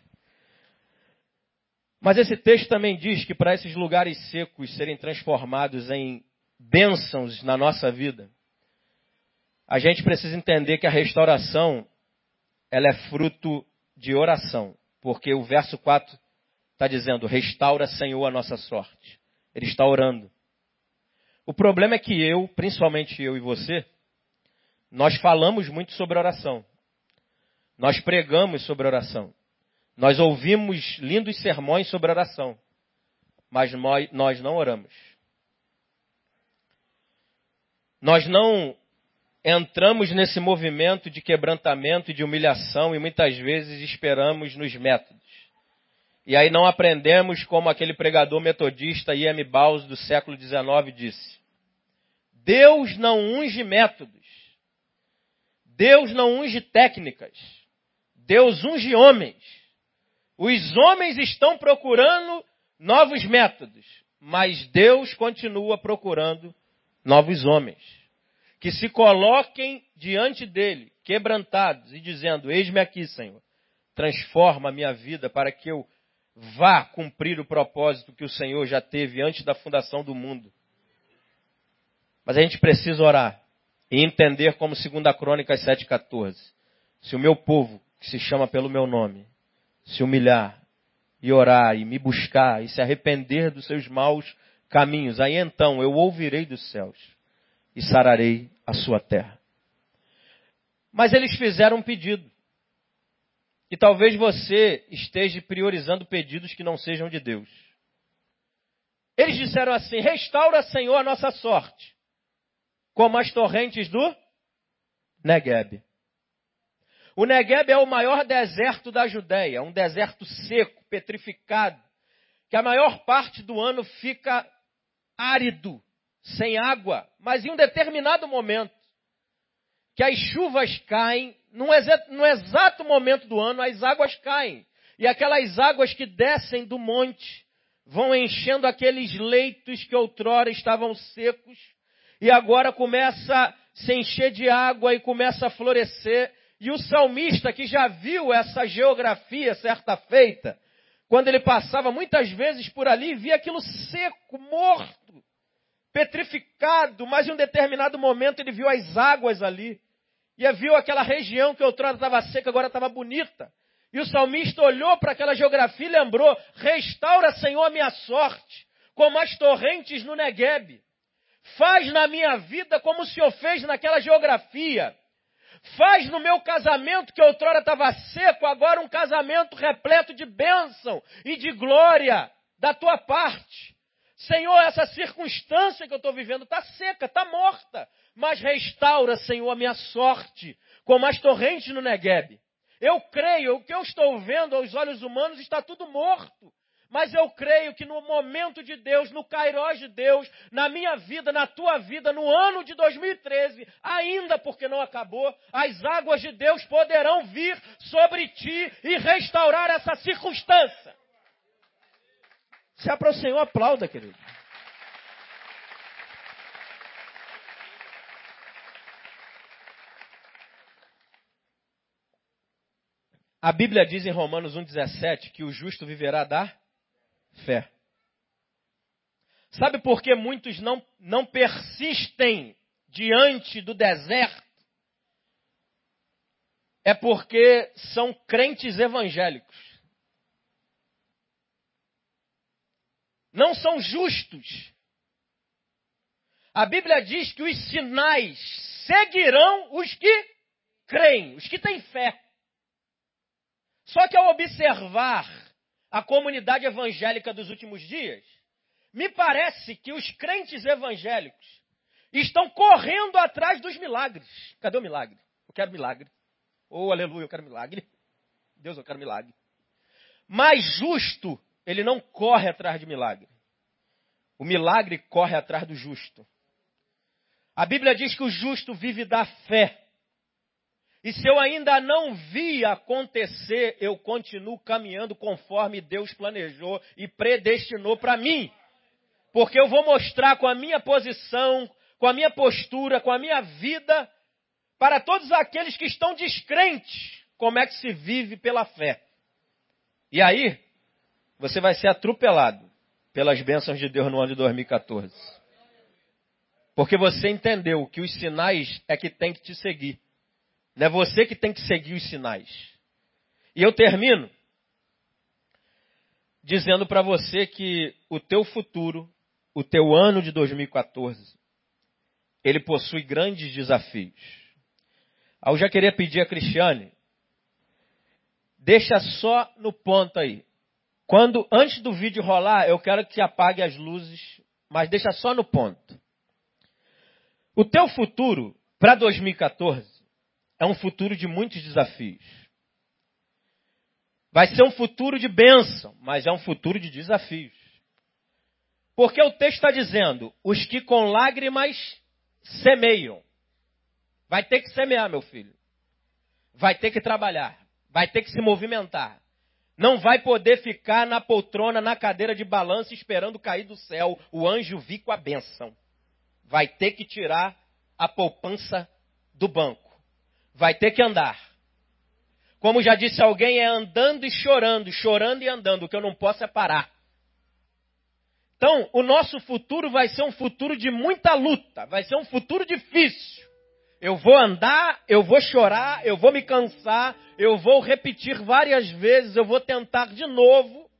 Mas esse texto também diz que para esses lugares secos serem transformados em bênçãos na nossa vida, a gente precisa entender que a restauração, ela é fruto de oração. Porque o verso 4 está dizendo, restaura, Senhor, a nossa sorte. Ele está orando. O problema é que principalmente eu e você, nós falamos muito sobre oração. Nós pregamos sobre oração. Nós ouvimos lindos sermões sobre oração. Mas nós não oramos. Nós não entramos nesse movimento de quebrantamento e de humilhação e muitas vezes esperamos nos métodos. E aí não aprendemos como aquele pregador metodista I.M. Baus do século XIX disse. Deus não unge métodos. Deus não unge técnicas. Deus unge homens. Os homens estão procurando novos métodos, mas Deus continua procurando novos homens. Que se coloquem diante dele, quebrantados e dizendo, eis-me aqui, Senhor. Transforma a minha vida para que eu vá cumprir o propósito que o Senhor já teve antes da fundação do mundo. Mas a gente precisa orar e entender como 2 Crônicas 7,14. Se o meu povo, que se chama pelo meu nome, se humilhar e orar e me buscar e se arrepender dos seus maus caminhos, aí então eu ouvirei dos céus e sararei a sua terra. Mas eles fizeram um pedido. E talvez você esteja priorizando pedidos que não sejam de Deus. Eles disseram assim, restaura, Senhor, a nossa sorte, como as torrentes do Negueb. O Negueb é o maior deserto da Judéia, um deserto seco, petrificado, que a maior parte do ano fica árido, sem água, mas em um determinado momento, que as chuvas caem, no exato momento do ano, as águas caem. E aquelas águas que descem do monte vão enchendo aqueles leitos que outrora estavam secos, e agora começa a se encher de água e começa a florescer. E o salmista, que já viu essa geografia certa feita, quando ele passava muitas vezes por ali, via aquilo seco, morto, petrificado, mas em um determinado momento ele viu as águas ali. E viu aquela região que outrora estava seca, agora estava bonita. E o salmista olhou para aquela geografia e lembrou, restaura, Senhor, a minha sorte, como as torrentes no Negueb. Faz na minha vida como o Senhor fez naquela geografia. Faz no meu casamento, que outrora estava seco, agora um casamento repleto de bênção e de glória da tua parte. Senhor, essa circunstância que eu estou vivendo está seca, está morta. Mas restaura, Senhor, a minha sorte, como as torrentes no Negueb. Eu creio, o que eu estou vendo aos olhos humanos está tudo morto. Mas eu creio que no momento de Deus, no kairós de Deus, na minha vida, na tua vida, no ano de 2013, ainda porque não acabou, as águas de Deus poderão vir sobre ti e restaurar essa circunstância. Se é para o Senhor, aplauda, querido. A Bíblia diz em Romanos 1,17 que o justo viverá da fé. Sabe por que muitos não persistem diante do deserto? É porque são crentes evangélicos. Não são justos. A Bíblia diz que os sinais seguirão os que creem, os que têm fé. Só que ao observar a comunidade evangélica dos últimos dias, me parece que os crentes evangélicos estão correndo atrás dos milagres. Cadê o milagre? Eu quero milagre. Oh, aleluia, eu quero milagre. Deus, eu quero milagre. Mas justo, ele não corre atrás de milagre. O milagre corre atrás do justo. A Bíblia diz que o justo vive da fé. E se eu ainda não vi acontecer, eu continuo caminhando conforme Deus planejou e predestinou para mim. Porque eu vou mostrar com a minha posição, com a minha postura, com a minha vida, para todos aqueles que estão descrentes, como é que se vive pela fé. E aí, você vai ser atropelado pelas bênçãos de Deus no ano de 2014. Porque você entendeu que os sinais é que tem que te seguir. Não é você que tem que seguir os sinais. E eu termino dizendo para você que o teu futuro, o teu ano de 2014, ele possui grandes desafios. Eu já queria pedir a Cristiane, deixa só no ponto aí. Antes do vídeo rolar, eu quero que apague as luzes, mas deixa só no ponto. O teu futuro para 2014 é um futuro de muitos desafios. Vai ser um futuro de bênção, mas é um futuro de desafios. Porque o texto está dizendo, os que com lágrimas semeiam. Vai ter que semear, meu filho. Vai ter que trabalhar. Vai ter que se movimentar. Não vai poder ficar na poltrona, na cadeira de balanço, esperando cair do céu o anjo vir com a bênção. Vai ter que tirar a poupança do banco. Vai ter que andar. Como já disse alguém, é andando e chorando e andando. O que eu não posso é parar. Então, o nosso futuro vai ser um futuro de muita luta. Vai ser um futuro difícil. Eu vou andar, eu vou chorar, eu vou me cansar, eu vou repetir várias vezes, eu vou tentar de novo.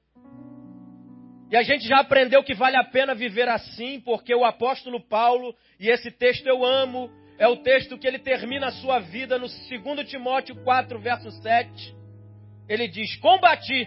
E a gente já aprendeu que vale a pena viver assim, porque o apóstolo Paulo, e esse texto eu amo, é o texto que ele termina a sua vida no 2 Timóteo 4, verso 7. Ele diz, combati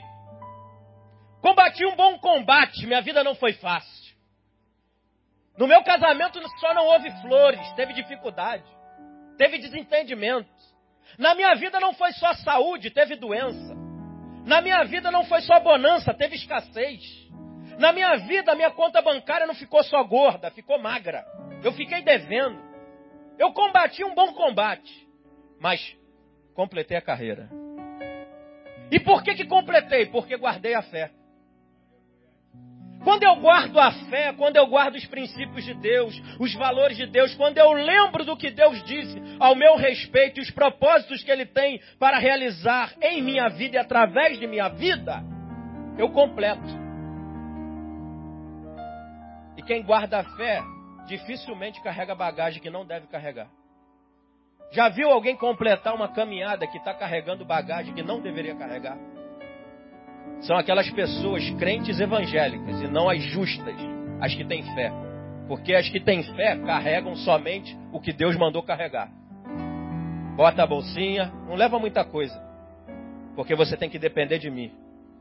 um bom combate, minha vida não foi fácil. No meu casamento só não houve flores, teve dificuldade, teve desentendimento. Na minha vida não foi só saúde, teve doença. Na minha vida não foi só bonança, teve escassez. Na minha vida, a minha conta bancária não ficou só gorda, ficou magra. Eu fiquei devendo. Eu combati um bom combate, mas completei a carreira. E por que completei? Porque guardei a fé. Quando eu guardo a fé, quando eu guardo os princípios de Deus, os valores de Deus, quando eu lembro do que Deus disse ao meu respeito, os propósitos que Ele tem para realizar em minha vida e através de minha vida, eu completo. E quem guarda a fé, dificilmente carrega bagagem que não deve carregar. Já viu alguém completar uma caminhada que está carregando bagagem que não deveria carregar? São aquelas pessoas crentes evangélicas e não as justas, as que têm fé. Porque as que têm fé carregam somente o que Deus mandou carregar. Bota a bolsinha, não leva muita coisa, porque você tem que depender de mim.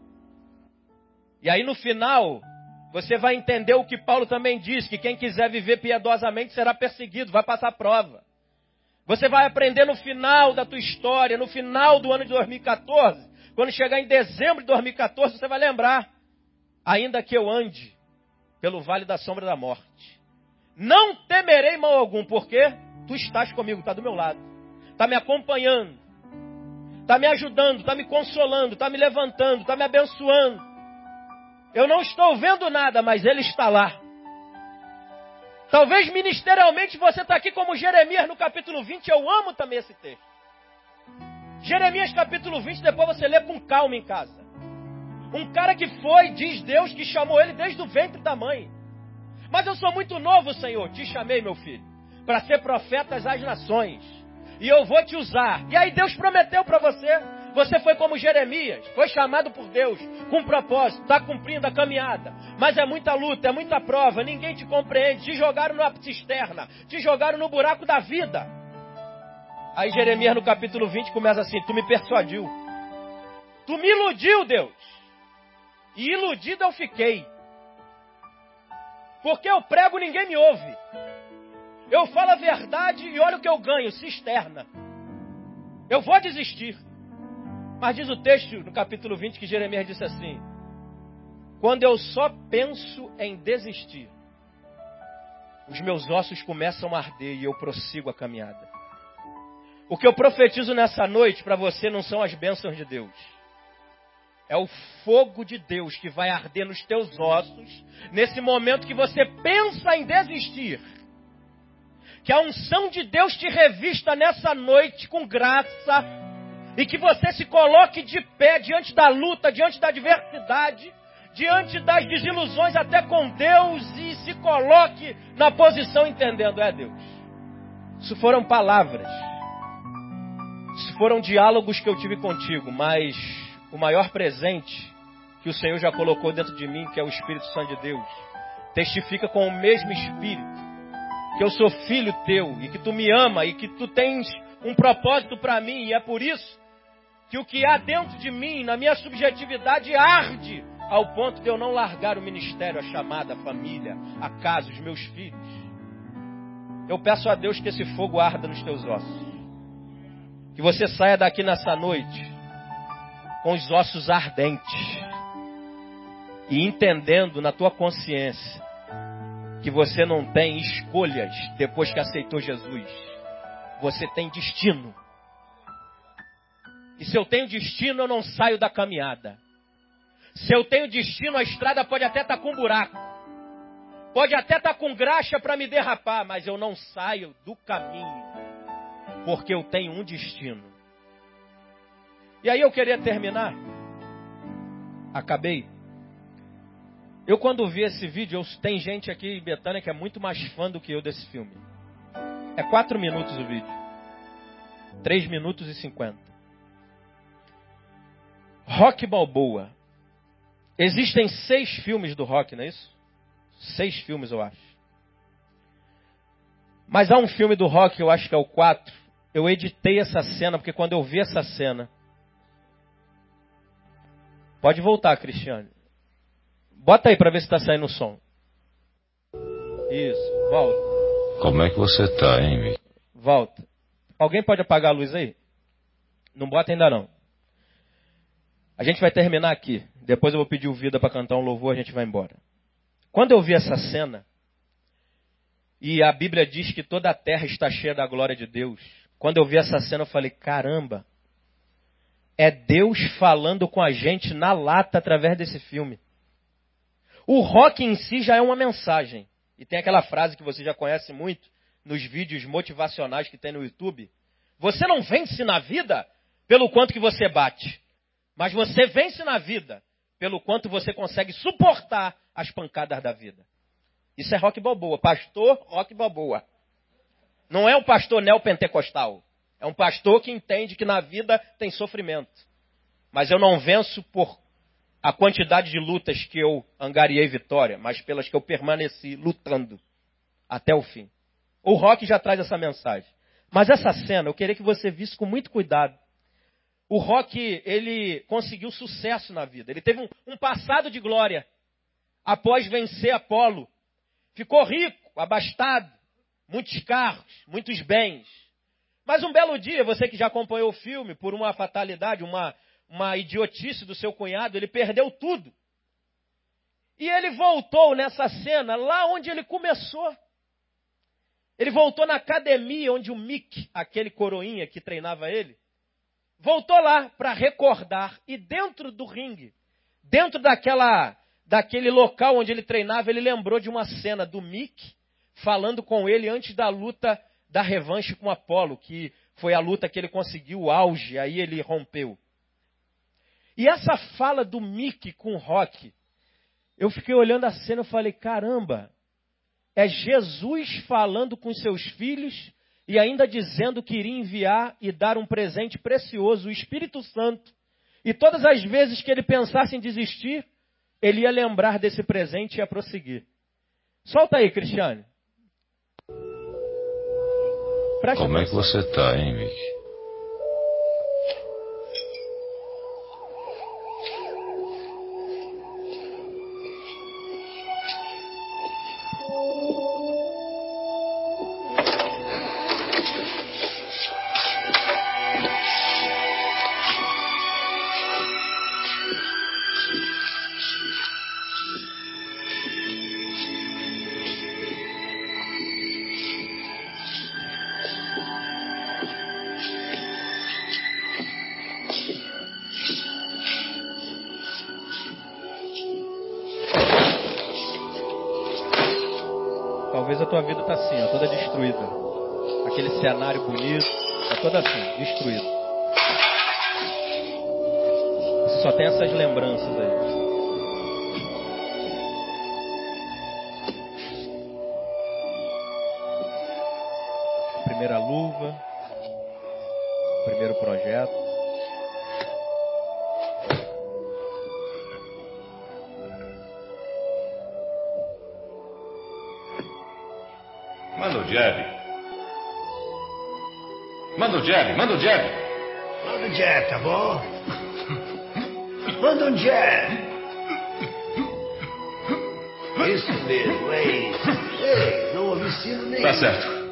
E aí no final, você vai entender o que Paulo também diz, que quem quiser viver piedosamente será perseguido, vai passar prova. Você vai aprender no final da tua história, no final do ano de 2014, quando chegar em dezembro de 2014, você vai lembrar, ainda que eu ande pelo vale da sombra da morte, não temerei mal algum, porque tu estás comigo, está do meu lado, está me acompanhando, está me ajudando, está me consolando, está me levantando, está me abençoando. Eu não estou vendo nada, mas Ele está lá. Talvez ministerialmente você está aqui como Jeremias no capítulo 20, eu amo também esse texto. Jeremias capítulo 20, depois você lê com calma em casa. Um cara que foi, diz Deus, que chamou ele desde o ventre da mãe. Mas eu sou muito novo, Senhor, te chamei, meu filho, para ser profeta às nações. E eu vou te usar. E aí Deus prometeu para você. Você foi como Jeremias, foi chamado por Deus, com um propósito, está cumprindo a caminhada. Mas é muita luta, é muita prova, ninguém te compreende. Te jogaram na cisterna, te jogaram no buraco da vida. Aí Jeremias no capítulo 20 começa assim, tu me persuadiu. Tu me iludiu, Deus. E iludido eu fiquei. Porque eu prego, ninguém me ouve. Eu falo a verdade e olha o que eu ganho, cisterna. Eu vou desistir. Mas diz o texto no capítulo 20 que Jeremias disse assim, Quando eu só penso em desistir, os meus ossos começam a arder e eu prossigo a caminhada. O que eu profetizo nessa noite para você não são as bênçãos de Deus. É o fogo de Deus que vai arder nos teus ossos, nesse momento que você pensa em desistir. Que a unção de Deus te revista nessa noite com graça, e que você se coloque de pé diante da luta, diante da adversidade, diante das desilusões até com Deus, e se coloque na posição entendendo, Deus. Isso foram palavras, isso foram diálogos que eu tive contigo, mas o maior presente que o Senhor já colocou dentro de mim, que é o Espírito Santo de Deus, testifica com o mesmo Espírito que eu sou filho teu e que tu me ama e que tu tens um propósito para mim, e é por isso que o que há dentro de mim, na minha subjetividade, arde ao ponto de eu não largar o ministério, a chamada, a família, a casa, os meus filhos. Eu peço a Deus que esse fogo arda nos teus ossos, que você saia daqui nessa noite com os ossos ardentes e entendendo na tua consciência que você não tem escolhas depois que aceitou Jesus. Você tem destino. E se eu tenho destino, eu não saio da caminhada. Se eu tenho destino, a estrada pode até estar com buraco. Pode até estar com graxa para me derrapar, mas eu não saio do caminho. Porque eu tenho um destino. E aí eu queria terminar. Acabei. Eu quando vi esse vídeo, tem gente aqui em Betânia que é muito mais fã do que eu desse filme. É 4 minutos o vídeo. 3 minutos e 50. Rocky Balboa. Existem 6 filmes do Rocky, não é isso? 6 filmes, eu acho. Mas há um filme do Rocky, eu acho que é o 4. Eu editei essa cena, porque quando eu vi essa cena... Pode voltar, Cristiane. Bota aí para ver se está saindo o som. Isso, volta. Como é que você tá, hein, Mick? Volta. Alguém pode apagar a luz aí? Não bota ainda não. A gente vai terminar aqui. Depois eu vou pedir o Vida para cantar um louvor, a gente vai embora. Quando eu vi essa cena, e a Bíblia diz que toda a terra está cheia da glória de Deus. Quando eu vi essa cena, eu falei, caramba, é Deus falando com a gente na lata através desse filme. O Rocky em si já é uma mensagem. E tem aquela frase que você já conhece muito nos vídeos motivacionais que tem no YouTube. Você não vence na vida pelo quanto que você bate. Mas você vence na vida pelo quanto você consegue suportar as pancadas da vida. Isso é Rocky Balboa. Pastor Rocky Balboa. Não é um pastor neopentecostal. É um pastor que entende que na vida tem sofrimento. Mas eu não venço por a quantidade de lutas que eu angariei vitória, mas pelas que eu permaneci lutando até o fim. O Rocky já traz essa mensagem. Mas essa cena, eu queria que você visse com muito cuidado. O Rocky, ele conseguiu sucesso na vida. Ele teve um passado de glória após vencer Apolo. Ficou rico, abastado, muitos carros, muitos bens. Mas um belo dia, você que já acompanhou o filme, por uma fatalidade, uma idiotice do seu cunhado, ele perdeu tudo. E ele voltou nessa cena lá onde ele começou. Ele voltou na academia onde o Mick, aquele coroinha que treinava ele, voltou lá para recordar. E dentro do ringue, dentro daquele local onde ele treinava, ele lembrou de uma cena do Mick falando com ele antes da luta da revanche com Apolo, que foi a luta que ele conseguiu o auge, aí ele rompeu. E essa fala do Mick com o Rocky, eu fiquei olhando a cena e falei, caramba, é Jesus falando com seus filhos e ainda dizendo que iria enviar e dar um presente precioso, o Espírito Santo. E todas as vezes que ele pensasse em desistir, ele ia lembrar desse presente e ia prosseguir. Solta aí, Cristiane. Como é que você tá, hein, Mick? Talvez a tua vida está assim, ó, toda destruída. Aquele cenário bonito, está toda assim, destruído. Você só tem essas lembranças aí. Primeira luva, primeiro projeto. Manda o jab. Manda o jab, manda o jab. Manda o jab, tá bom? Manda um jab. Isso mesmo, é isso. Ei, não ouvi sino nenhum. Tá certo.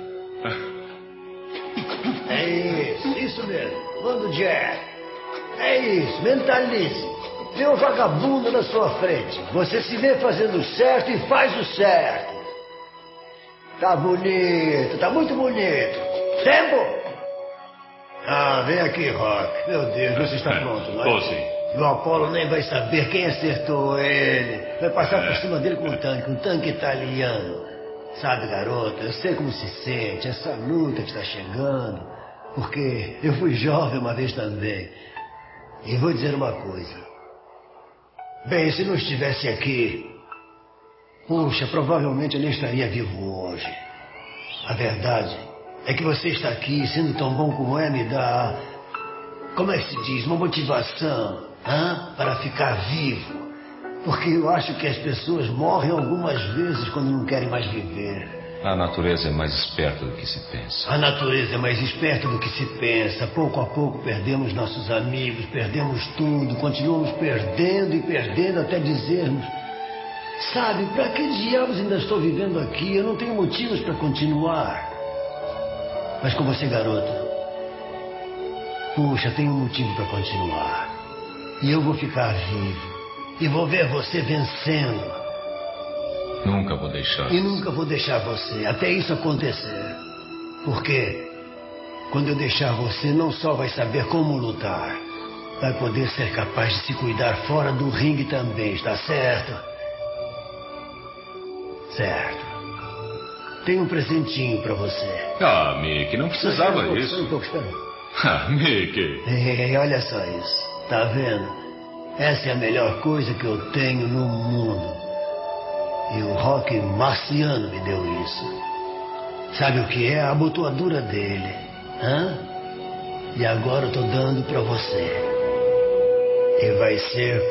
É isso mesmo. Manda o jab. É isso, mentalize. Vê um vagabundo na sua frente. Você se vê fazendo o certo e faz o certo. Tá bonito, tá muito bonito. Tempo! Ah, vem aqui, Rock. Meu Deus, você está pronto, não é? Tô sim. E o Apolo nem vai saber quem acertou ele. Vai passar por cima dele com um tanque italiano. Sabe, garota, eu sei como se sente, essa luta que está chegando. Porque eu fui jovem uma vez também. E vou dizer uma coisa. Bem, se não estivesse aqui, puxa, provavelmente eu nem estaria vivo hoje. A verdade é que você está aqui, sendo tão bom como é, me dá, como é que se diz, uma motivação, para ficar vivo. Porque eu acho que as pessoas morrem algumas vezes quando não querem mais viver. A natureza é mais esperta do que se pensa. A natureza é mais esperta do que se pensa. Pouco a pouco perdemos nossos amigos, perdemos tudo, continuamos perdendo e perdendo até dizermos: sabe, para que diabos ainda estou vivendo aqui? Eu não tenho motivos para continuar. Mas com você, garota, puxa, tenho um motivo para continuar. E eu vou ficar vivo. E vou ver você vencendo. Nunca vou deixar. E nunca vou deixar você, até isso acontecer. Porque quando eu deixar você, não só vai saber como lutar, vai poder ser capaz de se cuidar fora do ringue também, está certo? Certo. Tenho um presentinho pra você. Ah, Mickey, não precisava Espera isso. um pouco, espera. Ah, Mickey. Ei, olha só isso. Tá vendo? Essa é a melhor coisa que eu tenho no mundo. E o Rock Marciano me deu isso. Sabe o que é? A abotoadura dele. E agora eu tô dando pra você. E vai ser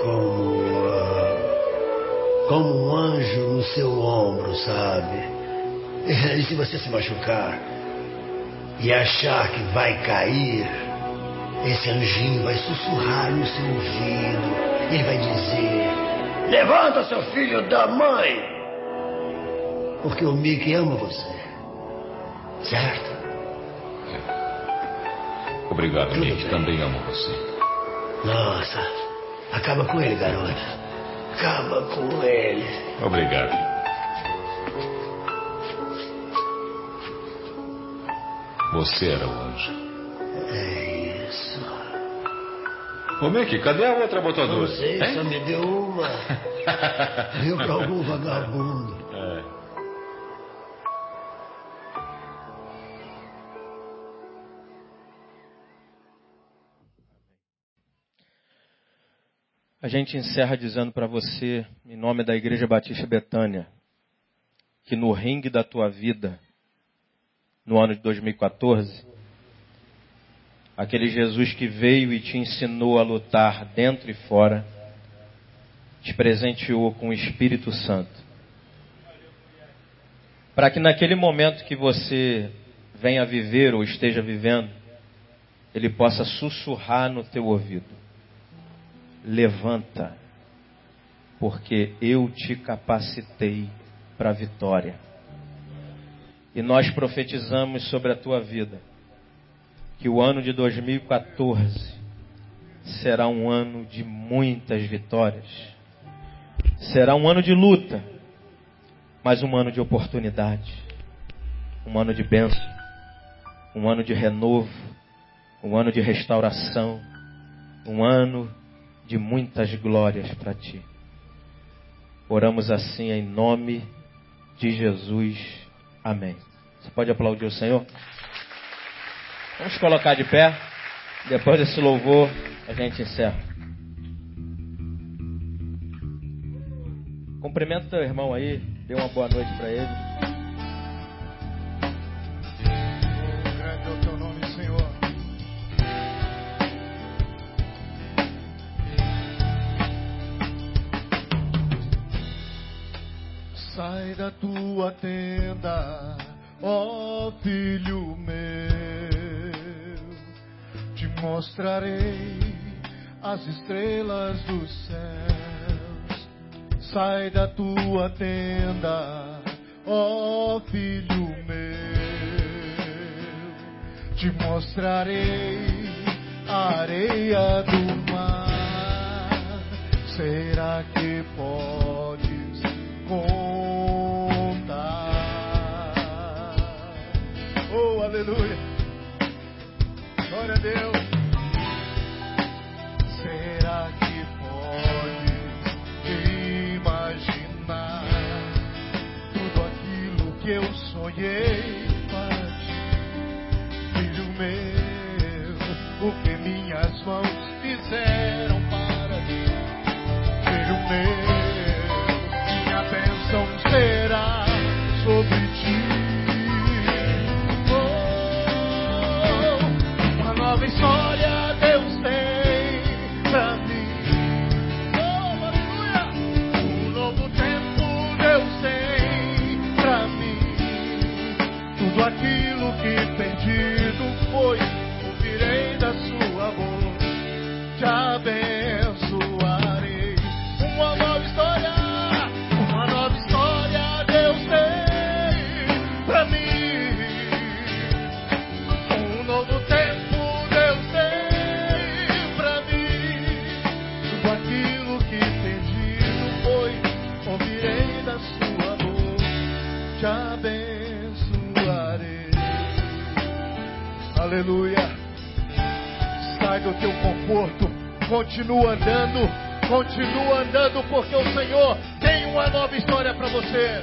como um anjo no seu ombro, sabe? E se você se machucar e achar que vai cair, esse anjinho vai sussurrar no seu ouvido. Ele vai dizer: levanta, seu filho da mãe! Porque o Mickey ama você. Certo? Obrigado, Tudo Mickey. bem. Também amo você. Nossa, acaba com ele, garota. Acaba com ele. Obrigado. Você era o anjo. É isso. Ô, Mickey, cadê a outra botadora? Não sei, Hein? só me deu uma. Deu pra algum vagabundo. A gente encerra dizendo para você, em nome da Igreja Batista Betânia, que no ringue da tua vida, no ano de 2014, aquele Jesus que veio e te ensinou a lutar dentro e fora, te presenteou com o Espírito Santo. Para que naquele momento que você venha viver ou esteja vivendo, ele possa sussurrar no teu ouvido: levanta, porque eu te capacitei para a vitória. E nós profetizamos sobre a tua vida que o ano de 2014 será um ano de muitas vitórias. Será um ano de luta, mas um ano de oportunidade, um ano de bênção, um ano de renovo, um ano de restauração, um ano de muitas glórias para ti. Oramos assim em nome de Jesus. Amém. Você pode aplaudir o Senhor? Vamos colocar de pé. Depois desse louvor, a gente encerra. Cumprimenta teu irmão aí. Dê uma boa noite para ele. Grande é o teu nome, Senhor. Sai da tua tenda, ó filho meu, te mostrarei as estrelas dos céus. Sai da tua tenda, ó filho meu, te mostrarei a areia do mar. Será que podes contar? Oh, aleluia! Glória a Deus! Será que podes imaginar tudo aquilo que eu sonhei para ti, filho meu? O que minhas mãos fizeram para ti, filho meu? Minha bênção será sobre ti. Oh, uma nova história Deus tem pra mim. Oh, aleluia! Um novo tempo Deus tem pra mim. Tudo aquilo que perdido foi, ouvirei da sua voz, te abençoarei. Uma nova história Deus tem pra mim. Um novo tempo Deus tem pra mim. Tudo aquilo que perdido foi, ouvirei da sua voz, te abençoarei. Aleluia. Sai do teu conforto, continua andando, porque o Senhor tem uma nova história para você.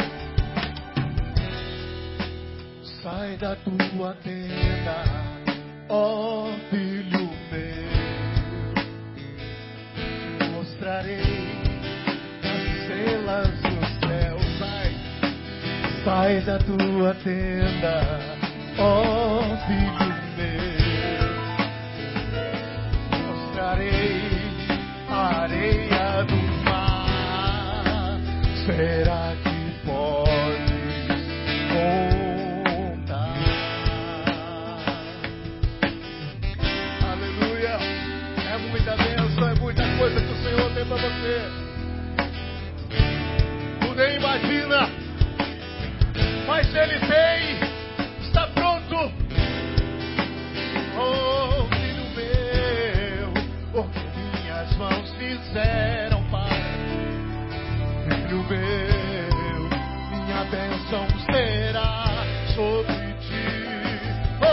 Sai da tua tenda, ó filho meu, te mostrarei as estrelas dos céus. Sai da tua tenda, ó filho meu, mostrarei a areia do mar. Será que podes contar? Aleluia! É muita bênção, é muita coisa que o Senhor tem para você. Tu nem imagina, mas Ele tem, está pronto. Oh, filho meu, porque minhas mãos fizeram para filho meu, minha bênção será sobre ti. Oh,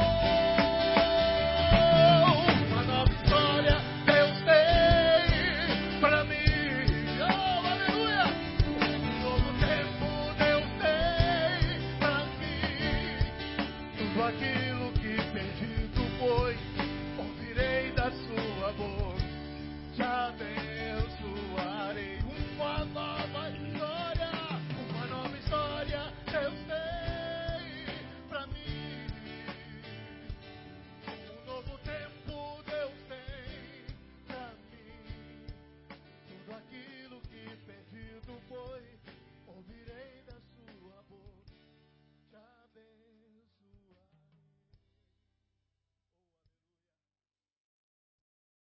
uma nova história Deus tem para mim. Oh, aleluia! Um novo tempo Deus tem para mim. Tudo aquilo